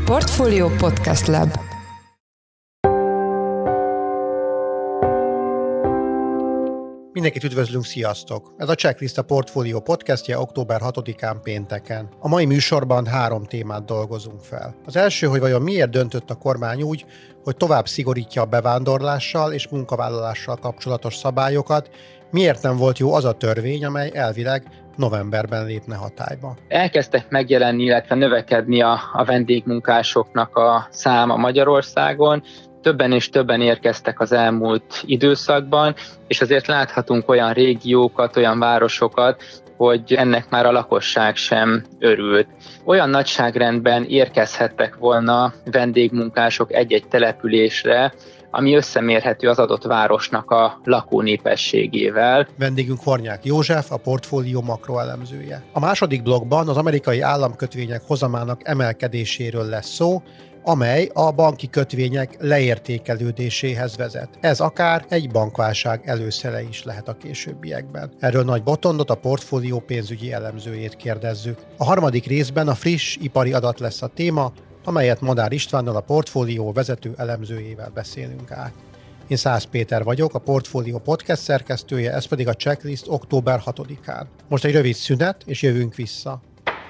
Portfolio Podcast Lab. Mindenkit üdvözlünk, sziasztok! Ez a Checklist a Portfolio podcastje október 6-án pénteken. A mai műsorban 3 témát dolgozunk fel. Az első, hogy vajon miért döntött a kormány úgy, hogy tovább szigorítja a bevándorlással és munkavállalással kapcsolatos szabályokat, miért nem volt jó az a törvény, amely elvileg novemberben lépne hatályba. Elkezdtek megjelenni, illetve növekedni a vendégmunkásoknak a száma Magyarországon. Többen és többen érkeztek az elmúlt időszakban, és azért láthatunk olyan régiókat, olyan városokat, hogy ennek már a lakosság sem örült. Olyan nagyságrendben érkezhettek volna vendégmunkások egy-egy településre, ami összemérhető az adott városnak a lakónépességével. Vendégünk Hornyák József, a Portfolio makroelemzője. A második blokkban az amerikai államkötvények hozamának emelkedéséről lesz szó, amely a banki kötvények leértékelődéséhez vezet. Ez akár egy bankválság előszele is lehet a későbbiekben. Erről Nagy Botondot, a Portfolio pénzügyi elemzőjét kérdezzük. A harmadik részben a friss ipari adat lesz a téma, amelyet Madár Istvánnal, a Portfolio vezető elemzőjével beszélünk át. Én Szász Péter vagyok, a Portfolio podcast szerkesztője, ez pedig a Checklist október 6-án. Most egy rövid szünet, és jövünk vissza.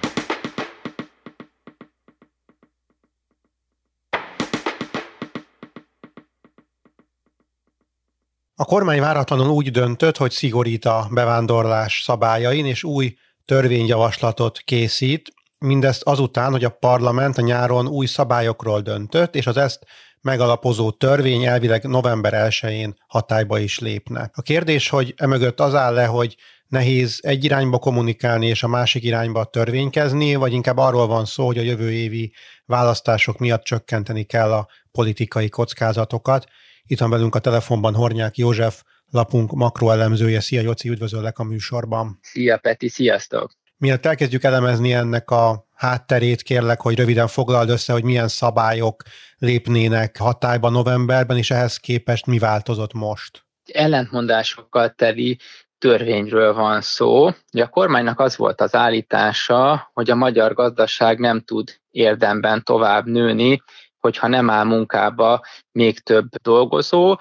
A kormány váratlanul úgy döntött, hogy szigorít a bevándorlás szabályain, és új törvényjavaslatot készít, mindezt azután, hogy a parlament a nyáron új szabályokról döntött, és az ezt megalapozó törvény elvileg november 1-én hatályba is lépne. A kérdés, hogy emögött az áll le, hogy nehéz egy irányba kommunikálni és a másik irányba törvénykezni, vagy inkább arról van szó, hogy a jövő évi választások miatt csökkenteni kell a politikai kockázatokat. Itt van velünk a telefonban Hornyák József, lapunk makroelemzője. Szia Jóci, üdvözöllek a műsorban. Szia Peti, sziasztok! Mielőtt elkezdjük elemezni ennek a hátterét, kérlek, hogy röviden foglald össze, hogy milyen szabályok lépnének hatályba novemberben, és ehhez képest mi változott most? Ellentmondásokkal teli törvényről van szó. Ugye a kormánynak az volt az állítása, hogy a magyar gazdaság nem tud érdemben tovább nőni, hogyha nem áll munkába még több dolgozó,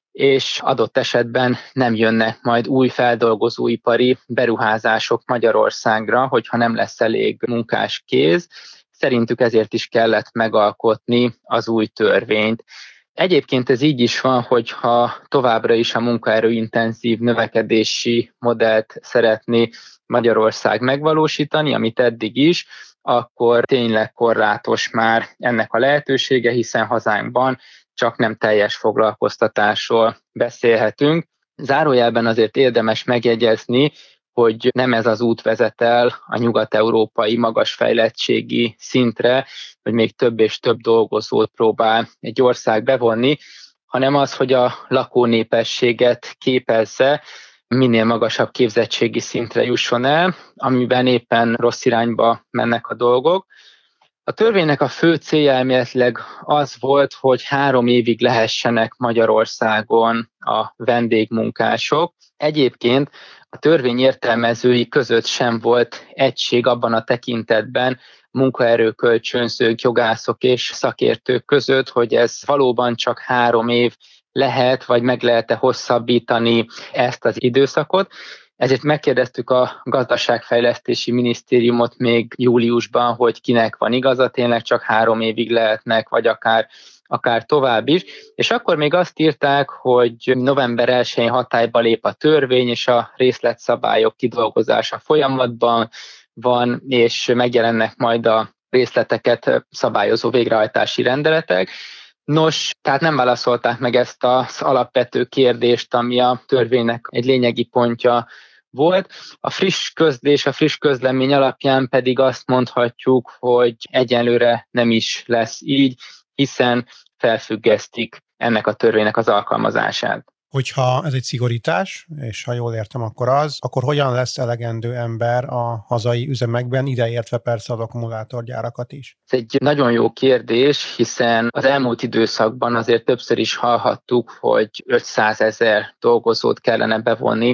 és adott esetben nem jönnek majd új feldolgozóipari beruházások Magyarországra, hogyha nem lesz elég munkáskéz. Szerintük ezért is kellett megalkotni az új törvényt. Egyébként ez így is van, hogyha továbbra is a munkaerőintenzív növekedési modellt szeretné Magyarország megvalósítani, amit eddig is, akkor tényleg korlátos már ennek a lehetősége, hiszen hazánkban csak nem teljes foglalkoztatásról beszélhetünk. Zárójelben azért érdemes megjegyezni, hogy nem ez az út vezet el a nyugat-európai magas fejlettségi szintre, hogy még több és több dolgozót próbál egy ország bevonni, hanem az, hogy a lakónépességet képezze, minél magasabb képzettségi szintre jusson el, amiben éppen rossz irányba mennek a dolgok. A törvénynek a fő célja elméletileg az volt, hogy 3 évig lehessenek Magyarországon a vendégmunkások. Egyébként a törvény értelmezői között sem volt egység abban a tekintetben, munkaerőkölcsönzők, jogászok és szakértők között, hogy ez valóban csak 3 év lehet, vagy meg lehet-e hosszabbítani ezt az időszakot. Ezért megkérdeztük a Gazdaságfejlesztési Minisztériumot még júliusban, hogy kinek van igaza, tényleg csak 3 évig lehetnek, vagy akár tovább is. És akkor még azt írták, hogy november 1-én hatályba lép a törvény, és a részletszabályok kidolgozása folyamatban van, és megjelennek majd a részleteket szabályozó végrehajtási rendeletek. Nos, tehát nem válaszolták meg ezt az alapvető kérdést, ami a törvénynek egy lényegi pontja volt. A friss közlemény alapján pedig azt mondhatjuk, hogy egyenlőre nem is lesz így, hiszen felfüggesztik ennek a törvénynek az alkalmazását. Hogyha ez egy szigorítás, és ha jól értem, akkor hogyan lesz elegendő ember a hazai üzemekben, ideértve persze az akkumulátorgyárakat is? Ez egy nagyon jó kérdés, hiszen az elmúlt időszakban azért többször is hallhattuk, hogy 500 000 dolgozót kellene bevonni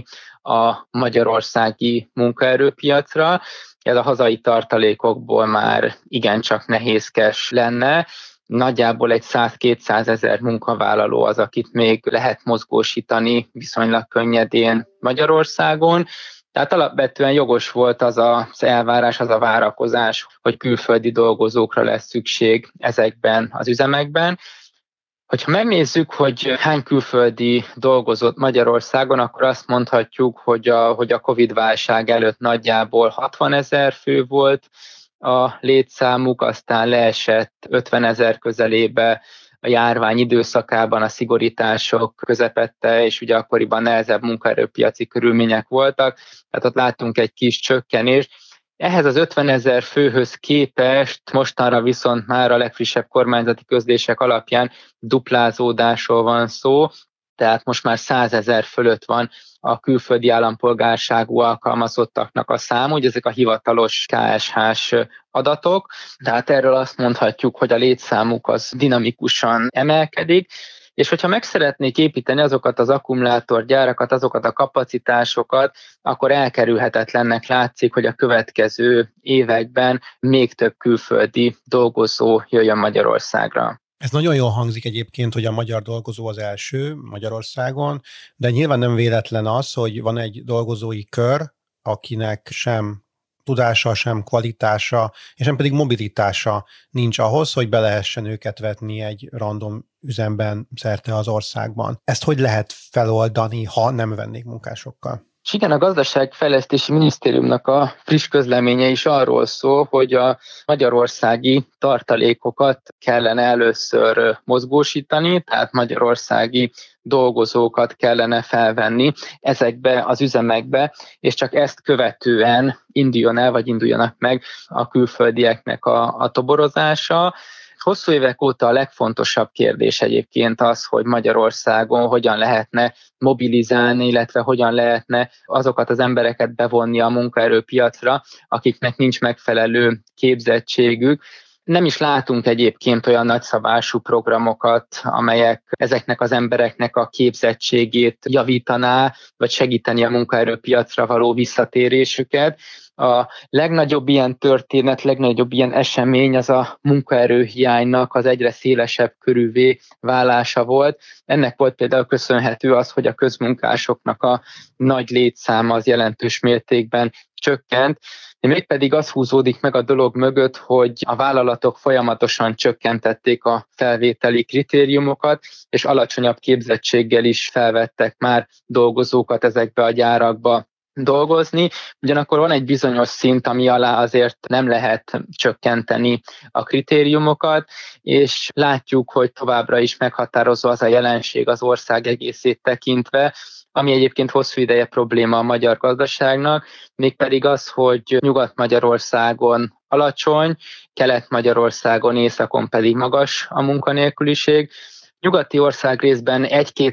a magyarországi munkaerőpiacra. Ez a hazai tartalékokból már igencsak nehézkes lenne. Nagyjából egy 100-200 ezer munkavállaló az, akit még lehet mozgósítani viszonylag könnyedén Magyarországon. Tehát alapvetően jogos volt az az elvárás, az a várakozás, hogy külföldi dolgozókra lesz szükség ezekben az üzemekben. Hogyha megnézzük, hogy hány külföldi dolgozott Magyarországon, akkor azt mondhatjuk, hogy a Covid-válság előtt nagyjából 60 ezer fő volt a létszámuk, aztán leesett 50 ezer közelébe a járvány időszakában, a szigorítások közepette, és ugye akkoriban nehezebb munkaerőpiaci körülmények voltak, tehát ott láttunk egy kis csökkenést. Ehhez az 50 ezer főhöz képest mostanra viszont már a legfrissebb kormányzati közlések alapján duplázódásról van szó, tehát most már 100 ezer fölött van a külföldi állampolgárságú alkalmazottaknak a száma, ugye ezek a hivatalos KSH-s adatok, tehát erről azt mondhatjuk, hogy a létszámuk az dinamikusan emelkedik, és hogyha meg szeretnék építeni azokat az akkumulátorgyárakat, azokat a kapacitásokat, akkor elkerülhetetlennek látszik, hogy a következő években még több külföldi dolgozó jöjjön Magyarországra. Ez nagyon jól hangzik egyébként, hogy a magyar dolgozó az első Magyarországon, de nyilván nem véletlen az, hogy van egy dolgozói kör, akinek sem tudása, sem kvalitása, és nem pedig mobilitása nincs ahhoz, hogy be lehessen őket vetni egy random üzemben szerte az országban. Ezt hogy lehet feloldani, ha nem vennék munkásokkal? És igen, a Gazdaságfejlesztési Minisztériumnak a friss közleménye is arról szól, hogy a magyarországi tartalékokat kellene először mozgósítani, tehát magyarországi dolgozókat kellene felvenni ezekbe az üzemekbe, és csak ezt követően induljon el, vagy induljanak meg a külföldieknek a toborozása. Hosszú évek óta a legfontosabb kérdés egyébként az, hogy Magyarországon hogyan lehetne mobilizálni, illetve hogyan lehetne azokat az embereket bevonni a munkaerőpiacra, akiknek nincs megfelelő képzettségük. Nem is látunk egyébként olyan nagyszabású programokat, amelyek ezeknek az embereknek a képzettségét javítaná, vagy segíteni a munkaerőpiacra való visszatérésüket. A legnagyobb ilyen történet, legnagyobb ilyen esemény az a munkaerőhiánynak az egyre szélesebb körűvé válása volt. Ennek volt például köszönhető az, hogy a közmunkásoknak a nagy létszáma az jelentős mértékben csökkent. Mégpedig az húzódik meg a dolog mögött, hogy a vállalatok folyamatosan csökkentették a felvételi kritériumokat, és alacsonyabb képzettséggel is felvettek már dolgozókat ezekbe a gyárakba dolgozni. Ugyanakkor van egy bizonyos szint, ami alá azért nem lehet csökkenteni a kritériumokat, és látjuk, hogy továbbra is meghatározó az a jelenség az ország egészét tekintve, ami egyébként hosszú ideje probléma a magyar gazdaságnak, mégpedig az, hogy Nyugat-Magyarországon alacsony, Kelet-Magyarországon, északon pedig magas a munkanélküliség. Nyugati ország részben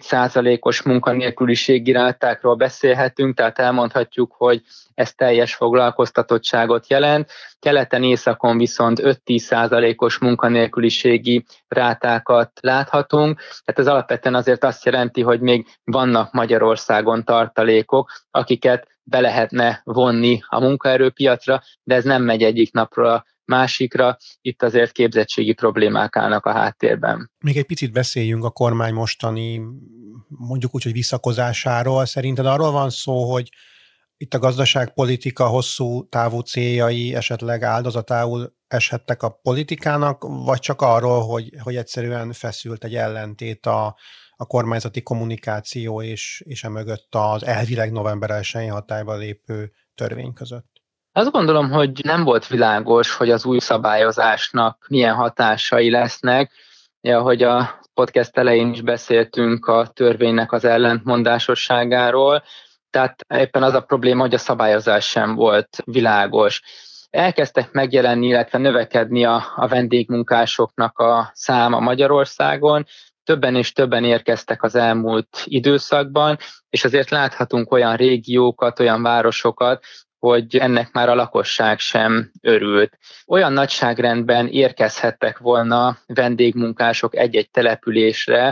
1-2% munkanélküliségi rátákról beszélhetünk, tehát elmondhatjuk, hogy ez teljes foglalkoztatottságot jelent. Keleten, északon viszont 5-10% munkanélküliségi rátákat láthatunk. Tehát ez alapvetően azért azt jelenti, hogy még vannak Magyarországon tartalékok, akiket be lehetne vonni a munkaerőpiacra, de ez nem megy egyik napról a másikra, itt azért képzettségi problémák állnak a háttérben. Még egy picit beszéljünk a kormány mostani, mondjuk úgy, hogy visszakozásáról. Szerinted arról van szó, hogy itt a gazdaságpolitika hosszú távú céljai esetleg áldozatául eshettek a politikának, vagy csak arról, hogy egyszerűen feszült egy ellentét a kormányzati kommunikáció és emögött az elvileg november 1-én hatályba lépő törvény között? Azt gondolom, hogy nem volt világos, hogy az új szabályozásnak milyen hatásai lesznek. Ahogy a podcast elején is beszéltünk a törvénynek az ellentmondásosságáról, tehát éppen az a probléma, hogy a szabályozás sem volt világos. Elkezdtek megjelenni, illetve növekedni a vendégmunkásoknak a száma Magyarországon, többen és többen érkeztek az elmúlt időszakban, és azért láthatunk olyan régiókat, olyan városokat, hogy ennek már a lakosság sem örült. Olyan nagyságrendben érkezhettek volna vendégmunkások egy-egy településre,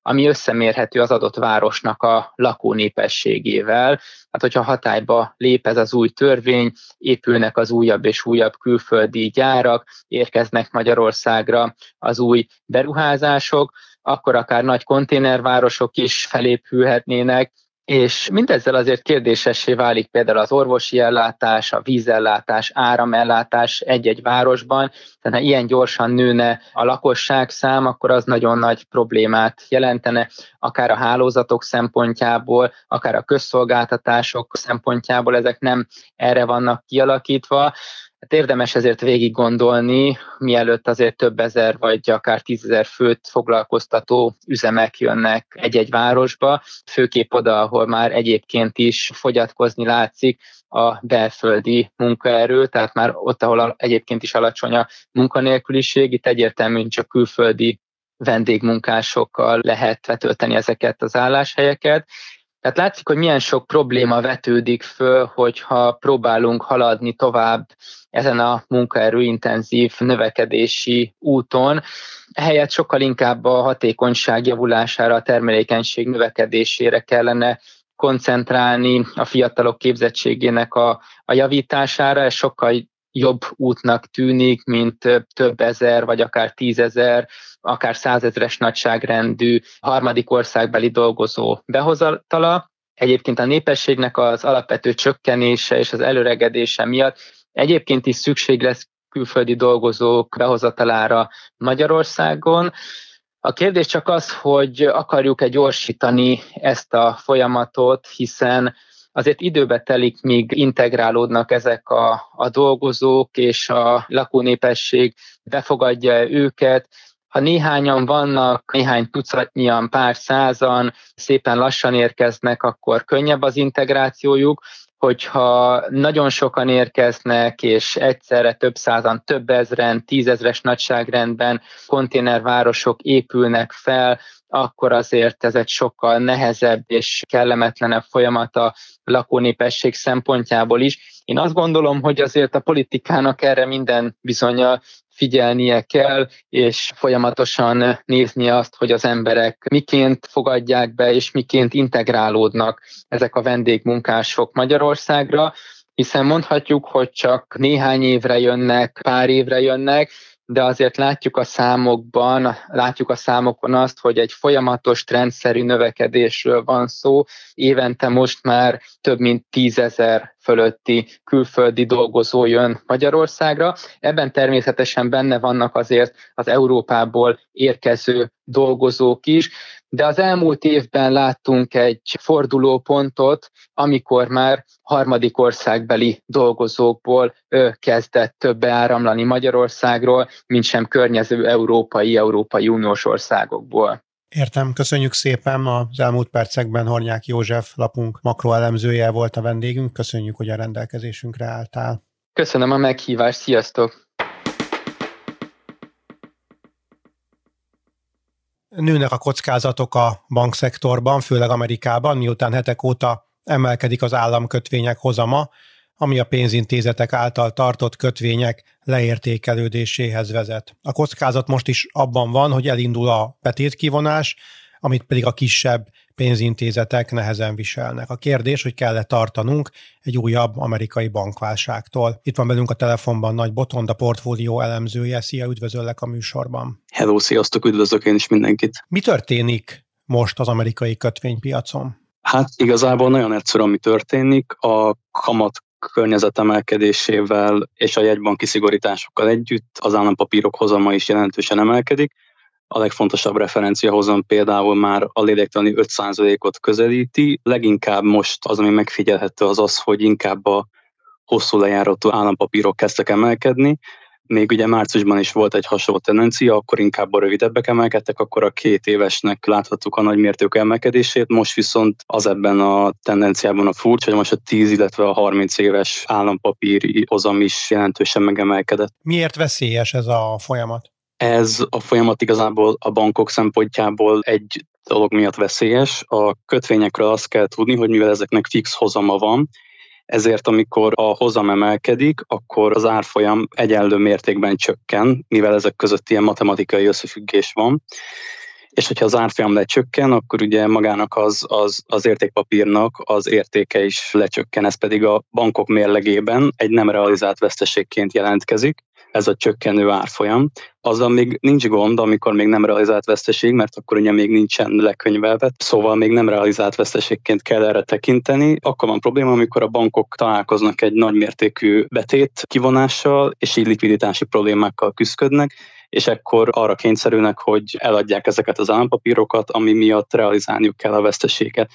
ami összemérhető az adott városnak a lakónépességével. Hát, hogyha hatályba lép ez az új törvény, épülnek az újabb és újabb külföldi gyárak, érkeznek Magyarországra az új beruházások, akkor akár nagy konténervárosok is felépülhetnének, és mindezzel azért kérdésessé válik például az orvosi ellátás, a vízellátás, áramellátás egy-egy városban. Tehát ha ilyen gyorsan nőne a lakosság szám, akkor az nagyon nagy problémát jelentene, akár a hálózatok szempontjából, akár a közszolgáltatások szempontjából, ezek nem erre vannak kialakítva. Hát érdemes ezért végig gondolni, mielőtt azért több ezer vagy akár 10 000 főt foglalkoztató üzemek jönnek egy-egy városba, főképp oda, ahol már egyébként is fogyatkozni látszik a belföldi munkaerő, tehát már ott, ahol egyébként is alacsony a munkanélküliség, itt egyértelműen csak külföldi vendégmunkásokkal lehet betölteni ezeket az álláshelyeket. Tehát látszik, hogy milyen sok probléma vetődik föl, hogyha próbálunk haladni tovább ezen a munkaerőintenzív növekedési úton. Ehelyett sokkal inkább a hatékonyság javulására, a termelékenység növekedésére kellene koncentrálni, a fiatalok képzettségének a javítására. Ez sokkal jobb útnak tűnik, mint több ezer, vagy akár 10 000, akár 100 000-es nagyságrendű harmadik országbeli dolgozó behozatala. Egyébként a népességnek az alapvető csökkenése és az előregedése miatt egyébként is szükség lesz külföldi dolgozók behozatalára Magyarországon. A kérdés csak az, hogy akarjuk-e gyorsítani ezt a folyamatot, hiszen azért időbe telik, míg integrálódnak ezek a dolgozók, és a lakónépesség befogadja őket. Ha néhányan vannak, néhány tucatnyian, pár százan szépen lassan érkeznek, akkor könnyebb az integrációjuk. Hogyha nagyon sokan érkeznek, és egyszerre több százan, több ezren, 10 000-es nagyságrendben konténervárosok épülnek fel, akkor azért ez egy sokkal nehezebb és kellemetlenebb folyamat a lakónépesség szempontjából is. Én azt gondolom, hogy azért a politikának erre minden bizonnyal figyelnie kell, és folyamatosan nézni azt, hogy az emberek miként fogadják be, és miként integrálódnak ezek a vendégmunkások Magyarországra, hiszen mondhatjuk, hogy csak néhány évre jönnek, pár évre jönnek, de azért látjuk a számokon azt, hogy egy folyamatos trendszerű növekedésről van szó. Évente most már több mint 10 000 fölötti külföldi dolgozó jön Magyarországra. Ebben természetesen benne vannak azért az Európából érkező dolgozók is, de az elmúlt évben láttunk egy fordulópontot, amikor már harmadik országbeli dolgozókból kezdett több beáramlani Magyarországról, mint sem környező Európai Uniós országokból. Értem, köszönjük szépen. Az elmúlt percekben Hornyák József, lapunk makroelemzője volt a vendégünk. Köszönjük, hogy a rendelkezésünkre álltál. Köszönöm a meghívást, sziasztok! Nőnek a kockázatok a bankszektorban, főleg Amerikában, miután hetek óta emelkedik az államkötvények hozama, ami a pénzintézetek által tartott kötvények leértékelődéséhez vezet. A kockázat most is abban van, hogy elindul a betétkivonás, amit pedig a kisebb pénzintézetek nehezen viselnek. A kérdés, hogy kell-e tartanunk egy újabb amerikai bankválságtól. Itt van velünk a telefonban Nagy Botond, a portfólió elemzője. Szia, üdvözöllek a műsorban. Hello, sziasztok, üdvözlök én is mindenkit. Mi történik most az amerikai kötvénypiacon? Hát igazából nagyon egyszerű, ami történik. A kamat környezet emelkedésével és a jegybanki szigorításokkal együtt az állampapírok hozama is jelentősen emelkedik. A legfontosabb referenciahozam például már a lélektani 5%-ot közelíti. Leginkább most az, ami megfigyelhető, az az, hogy inkább a hosszú lejáratú állampapírok kezdtek emelkedni. Még ugye márciusban is volt egy hasonló tendencia, akkor inkább a rövidebbek emelkedtek, akkor a 2 évesnek láthattuk a nagymértékű emelkedését, most viszont az ebben a tendenciában a furcsa, hogy most a 10, illetve a 30 éves állampapíri hozam is jelentősen megemelkedett. Miért veszélyes ez a folyamat? Ez a folyamat igazából a bankok szempontjából egy dolog miatt veszélyes. A kötvényekről azt kell tudni, hogy mivel ezeknek fix hozama van, ezért amikor a hozam emelkedik, akkor az árfolyam egyenlő mértékben csökken, mivel ezek között ilyen matematikai összefüggés van. és hogyha az árfolyam lecsökken, akkor ugye magának az értékpapírnak az értéke is lecsökken, ez pedig a bankok mérlegében egy nem realizált veszteségként jelentkezik, ez a csökkenő árfolyam. Azzal még nincs gond, amikor még nem realizált veszteség, mert akkor ugye még nincsen lekönyvelve, szóval még nem realizált veszteségként kell erre tekinteni. Akkor van probléma, amikor a bankok találkoznak egy nagymértékű betét kivonással, és így likviditási problémákkal küszködnek, és ekkor arra kényszerülnek, hogy eladják ezeket az állampapírokat, ami miatt realizálniuk kell a veszteséget.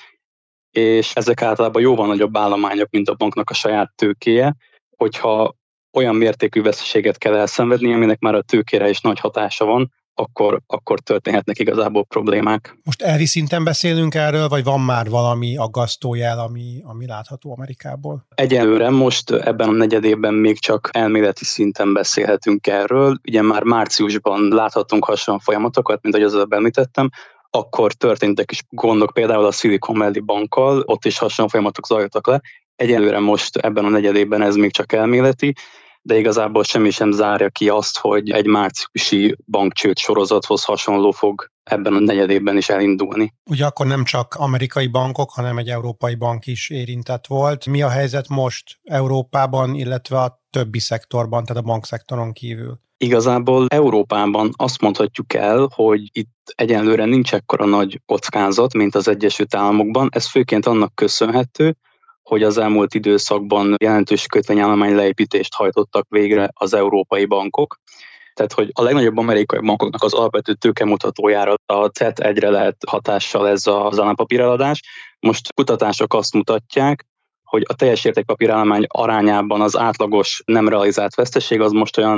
És ezek általában jóval nagyobb állományok, mint a banknak a saját tőkéje, hogyha olyan mértékű veszteséget kell elszenvedni, aminek már a tőkére is nagy hatása van, akkor történhetnek igazából problémák. Most elvi szinten beszélünk erről, vagy van már valami aggasztó jel, ami látható Amerikából? Egyelőre most ebben a negyedében még csak elméleti szinten beszélhetünk erről. Ugye már márciusban láthatunk hasonló folyamatokat, mint ahogy az említettem, akkor történtek is gondok például a Silicon Valley bankkal, ott is hasonló folyamatok zajlottak le. Egyelőre most ebben a negyedében ez még csak elméleti, de igazából semmi sem zárja ki azt, hogy egy márciusi bankcsőd sorozathoz hasonló fog ebben a negyedében is elindulni. Ugye akkor nem csak amerikai bankok, hanem egy európai bank is érintett volt. Mi a helyzet most Európában, illetve a többi szektorban, tehát a bankszektoron kívül? Igazából Európában azt mondhatjuk el, hogy itt egyenlőre nincs ekkora nagy kockázat, mint az Egyesült Államokban. Ez főként annak köszönhető, hogy az elmúlt időszakban jelentős kötvényállomány leépítést hajtottak végre az európai bankok. Tehát, hogy a legnagyobb amerikai bankoknak az alapvető tőkemutatójára, a CET1-re lehet hatással ez az állampapíreladás. Most kutatások azt mutatják, hogy a teljes értékpapírállomány arányában az átlagos nem realizált veszteség az most olyan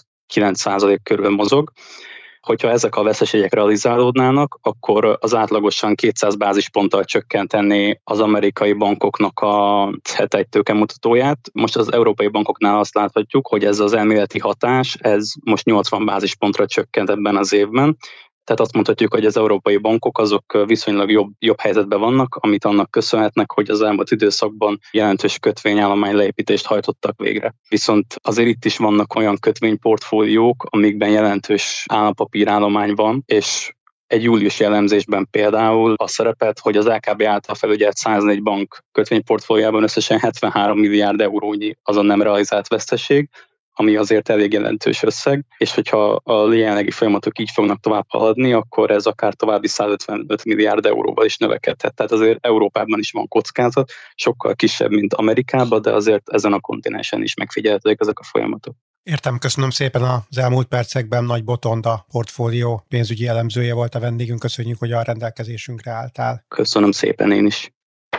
8-9% körül mozog. Hogyha ezek a veszteségek realizálódnának, akkor az átlagosan 200 bázisponttal csökkenteni az amerikai bankoknak a CET1 tőkemutatóját. Most az európai bankoknál azt láthatjuk, hogy ez az elméleti hatás, ez most 80 bázispontra csökkent ebben az évben. Tehát azt mondhatjuk, hogy az európai bankok azok viszonylag jobb helyzetben vannak, amit annak köszönhetnek, hogy az elmúlt időszakban jelentős kötvényállomány leépítést hajtottak végre. Viszont azért itt is vannak olyan kötvényportfóliók, amikben jelentős állampapírállomány van, és egy júliusi elemzésben például az szerepelt, hogy az LKB által felügyelt 104 bank kötvényportfóliában összesen 73 milliárd eurónyi az a nem realizált veszteség, ami azért elég jelentős összeg, és hogyha a jelenlegi folyamatok így fognak tovább haladni, akkor ez akár további 155 milliárd euróval is növekedhet. Tehát azért Európában is van kockázat, sokkal kisebb, mint Amerikában, de azért ezen a kontinensen is megfigyelhetőek ezek a folyamatok. Értem, köszönöm szépen az elmúlt percekben. Nagy Botond, a portfólió pénzügyi elemzője volt a vendégünk. Köszönjük, hogy a rendelkezésünkre álltál. Köszönöm szépen én is.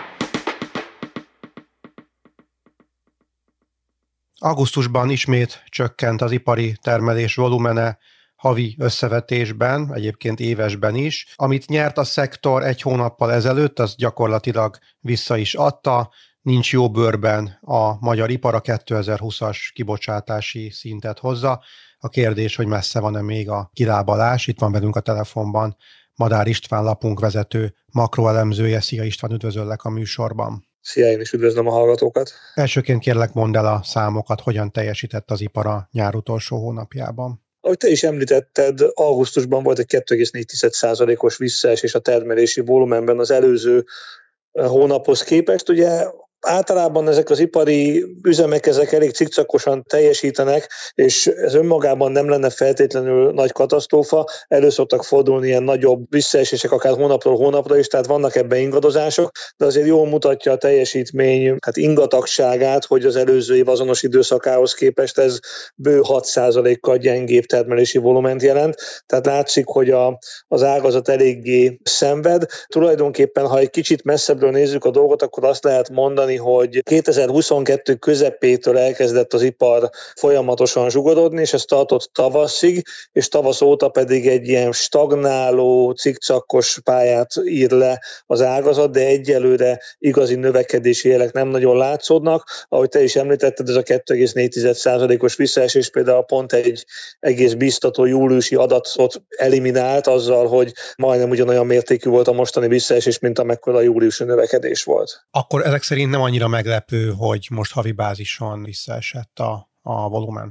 Augusztusban ismét csökkent az ipari termelés volumene havi összevetésben, egyébként évesben is. Amit nyert a szektor egy hónappal ezelőtt, az gyakorlatilag vissza is adta. Nincs jó bőrben a magyar ipar, a 2020-as kibocsátási szintet hozza. A kérdés, hogy messze van-e még a kilábalás. Itt van velünk a telefonban Madár István, lapunk vezető makroelemzője. Szia István, üdvözöllek a műsorban. Szia, én is üdvözlöm a hallgatókat. Elsőként kérlek, mondd el a számokat, hogyan teljesített az ipar a nyár utolsó hónapjában. Ahogy te is említetted, augusztusban volt egy 2,4%-os visszaesés a termelési volumenben az előző hónaphoz képest. Ugye általában ezek az ipari üzemek ezek elég cikcakosan teljesítenek, és ez önmagában nem lenne feltétlenül nagy katasztrófa. Elő szoktak fordulni ilyen nagyobb visszaesések, akár hónapról hónapra is, tehát vannak ebben ingadozások, de azért jól mutatja a teljesítmény ingatagságát, hogy az előző év azonos időszakához képest ez bő 6%-kal gyengébb termelési volument jelent. Tehát látszik, hogy az ágazat eléggé szenved. Tulajdonképpen, ha egy kicsit messzebbről nézzük a dolgot, akkor azt lehet mondani, hogy 2022 közepétől elkezdett az ipar folyamatosan zsugorodni, és ez tartott tavaszig, és tavasz óta pedig egy ilyen stagnáló, cikcakos pályát ír le az ágazat, de egyelőre igazi növekedési jelek nem nagyon látszódnak. Ahogy te is említetted, ez a 2,4%-os visszaesés például pont egy egész biztató júliusi adatot eliminált azzal, hogy majdnem ugyanolyan mértékű volt a mostani visszaesés, mint amekkora a júliusi növekedés volt. Akkor ezek szerint nem annyira meglepő, hogy most havi bázison visszaesett a volumen?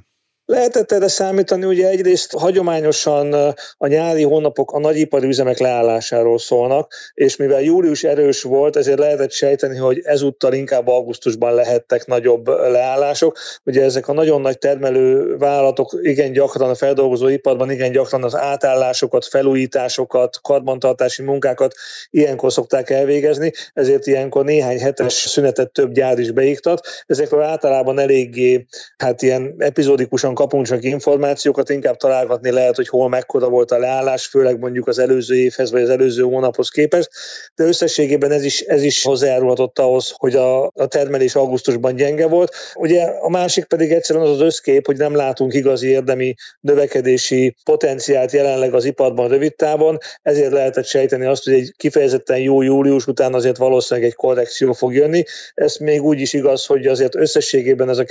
Lehetett erre számítani, ugye egyrészt hagyományosan a nyári hónapok a nagyipari üzemek leállásáról szólnak, és mivel július erős volt, ezért lehetett sejteni, hogy ezúttal inkább augusztusban lehettek nagyobb leállások. Ugye ezek a nagyon nagy termelő vállalatok igen gyakran a feldolgozóiparban, igen gyakran az átállásokat, felújításokat, karbantartási munkákat ilyenkor szokták elvégezni, ezért ilyenkor néhány hetes szünetet több gyár is beiktat. Ezekről általában eléggé ilyen epizódikusan kapunk csak információkat, inkább találgatni lehet, hogy hol mekkora volt a leállás, főleg mondjuk az előző évhez vagy az előző hónaphoz képest, de összességében ez is hozzájárulhatott ahhoz, hogy a termelés augusztusban gyenge volt. Ugye a másik pedig egyszerűen az összkép, hogy nem látunk igazi érdemi növekedési potenciált jelenleg az iparban rövid távon, ezért lehetett sejteni azt, hogy egy kifejezetten jó július után azért valószínűleg egy korrekció fog jönni. Ez még úgy is igaz, hogy azért összességében ez a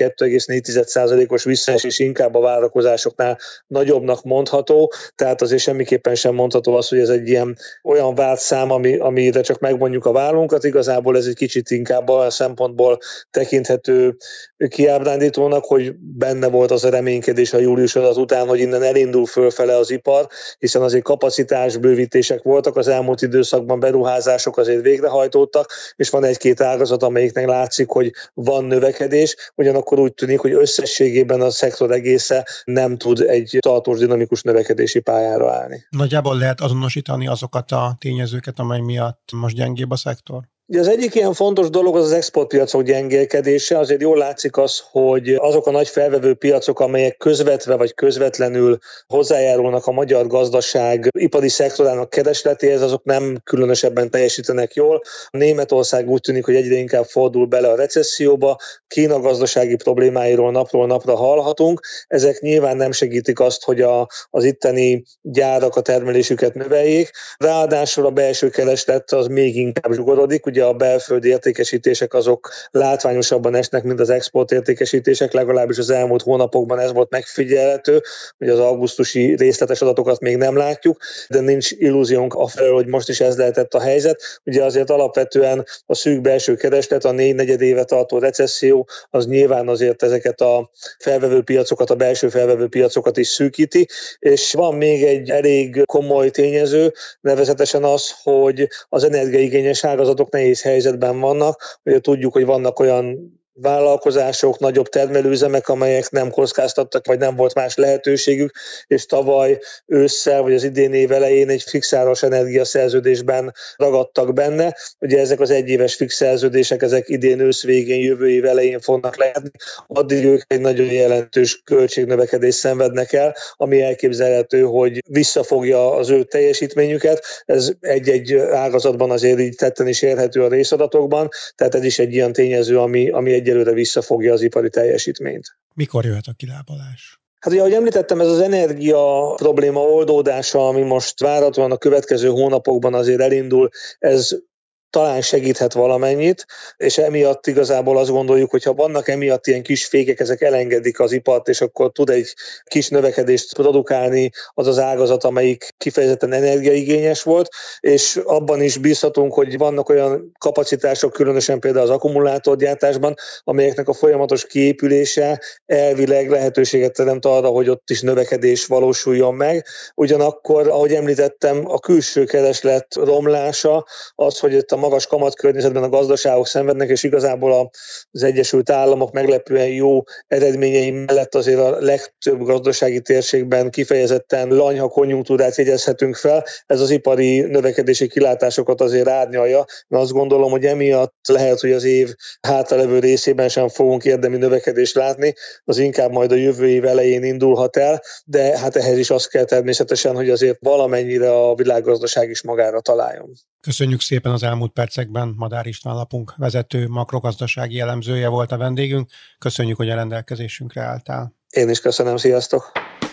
2,4%-os visszaesés inkább a várakozásoknál nagyobbnak mondható, tehát azért semmiképpen sem mondható az, hogy ez egy ilyen olyan várt szám, amire csak megvonjuk a vállunkat, igazából ez egy kicsit inkább olyan szempontból tekinthető kiábrándítónak, hogy benne volt az a reménykedés a július az után, hogy innen elindul fölfele az ipar, hiszen azért kapacitásbővítések voltak az elmúlt időszakban, beruházások azért végrehajtottak, és van egy-két ágazat, amelyiknek látszik, hogy van növekedés, ugyanakkor úgy tűnik, hogy összességében a szektor egésze nem tud egy tartós dinamikus növekedési pályára állni. Nagyjából lehet azonosítani azokat a tényezőket, amely miatt most gyengébb a szektor? Ugye az egyik ilyen fontos dolog az exportpiacok gyengélkedése, azért jól látszik az, hogy azok a nagy felvevő piacok, amelyek közvetve vagy közvetlenül hozzájárulnak a magyar gazdaság ipari szektorának keresletéhez, azok nem különösebben teljesítenek jól. Németország úgy tűnik, hogy egyre inkább fordul bele a recesszióba, Kína gazdasági problémáiról napról napra hallhatunk. Ezek nyilván nem segítik azt, hogy az itteni gyárak a termelésüket növeljék. Ráadásul a belső kereslet az még inkább zsugorodik. Ugye a belföldi értékesítések azok látványosabban esnek, mint az export értékesítések, legalábbis az elmúlt hónapokban ez volt megfigyelhető, hogy az augusztusi részletes adatokat még nem látjuk, de nincs illúziónk afelől, hogy most is ez lehetett a helyzet. Ugye azért alapvetően a szűk belső kereslet, a 4-4 éve tartó recesszió, az nyilván azért ezeket a felvevő piacokat, a belső felvevő piacokat is szűkíti, és van még egy elég komoly tényező, nevezetesen az, hogy az energiaigényes ágazatok nehéz helyzetben vannak. Ugye tudjuk, hogy vannak olyan vállalkozások, nagyobb termelőüzemek, amelyek nem kockáztattak, vagy nem volt más lehetőségük, és tavaly ősszel, vagy az idén év elején egy fixáros energiaszerződésben ragadtak benne. Ugye ezek az egyéves fix szerződések, ezek idén ősz végén, jövő év elején fognak lehetni. Addig ők egy nagyon jelentős költségnövekedést szenvednek el, ami elképzelhető, hogy visszafogja az ő teljesítményüket. Ez egy-egy ágazatban azért így tetten is érhető a részadatokban, tehát ez is egy ilyen tényező, ami egyelőre visszafogja az ipari teljesítményt. Mikor jöhet a kilábalás? Hát ugye, ahogy említettem, ez az energia probléma oldódása, ami most várhatóan a következő hónapokban azért elindul, ez talán segíthet valamennyit, és emiatt igazából azt gondoljuk, hogy ha vannak emiatt ilyen kis fékek, ezek elengedik az ipart, és akkor tud egy kis növekedést produkálni az az ágazat, amelyik kifejezetten energiaigényes volt, és abban is bízhatunk, hogy vannak olyan kapacitások, különösen például az akkumulátorgyártásban, amelyeknek a folyamatos kiépülése elvileg lehetőséget teremt arra, hogy ott is növekedés valósuljon meg. Ugyanakkor, ahogy említettem, a külső kereslet romlása az, hogy itt a magas kamatkörnyezetben a gazdaságok szenvednek, és igazából az Egyesült Államok meglepően jó eredményei mellett azért a legtöbb gazdasági térségben kifejezetten lanyha konjunktúrát jegyezhetünk fel. Ez az ipari növekedési kilátásokat azért árnyalja, mert azt gondolom, hogy emiatt lehet, hogy az év hátralevő részében sem fogunk érdemi növekedést látni, az inkább majd a jövő év elején indulhat el, de hát ehhez is az kell természetesen, hogy azért valamennyire a világgazdaság is magára találjon. Köszönjük szépen az elmúlt percekben. Madár István lapunk vezető makrogazdasági elemzője volt a vendégünk. Köszönjük, hogy a rendelkezésünkre álltál. Én is köszönöm, sziasztok!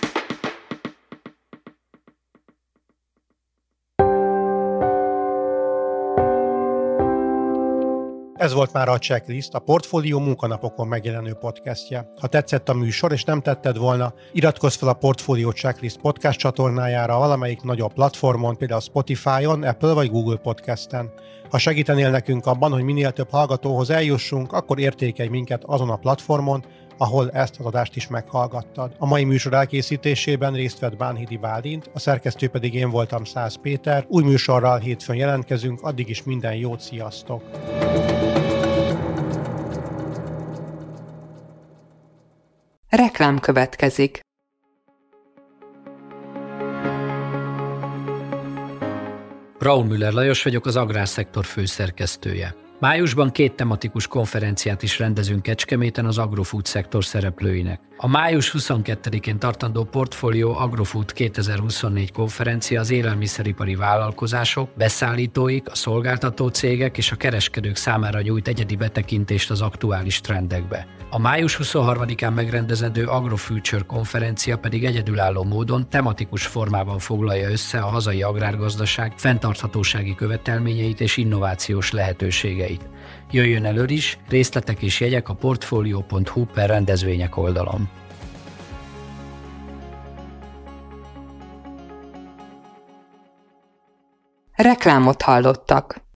Ez volt már a Checklist, a Portfólió munkanapokon megjelenő podcastje. Ha tetszett a műsor, és nem tetted volna, iratkozz fel a Portfólió Checklist podcast csatornájára valamelyik nagyobb platformon, például Spotify-on, Apple vagy Google Podcasten. Ha segítenél nekünk abban, hogy minél több hallgatóhoz eljussunk, akkor értékelj minket azon a platformon, ahol ezt az adást is meghallgattad. A mai műsor elkészítésében részt vett Bánhidi Bálint, a szerkesztő pedig én voltam, Szász Péter. Új műsorral hétfőn jelentkezünk, addig is minden jót, sziasztok! Reklám következik. Braun Müller Lajos vagyok, az Agrárszektor főszerkesztője. Májusban 2 tematikus konferenciát is rendezünk Kecskeméten az agrofood szektor szereplőinek. A május 22-én tartandó Portfolio Agrofood 2024 konferencia az élelmiszeripari vállalkozások, beszállítóik, a szolgáltató cégek és a kereskedők számára nyújt egyedi betekintést az aktuális trendekbe. A május 23-án megrendezendő Agrofuture konferencia pedig egyedülálló módon tematikus formában foglalja össze a hazai agrárgazdaság fenntarthatósági követelményeit és innovációs lehetőségeit. Jöjjön elő is, részletek és jegyek a portfolio.hu/rendezvények oldalon. Reklámot hallottak.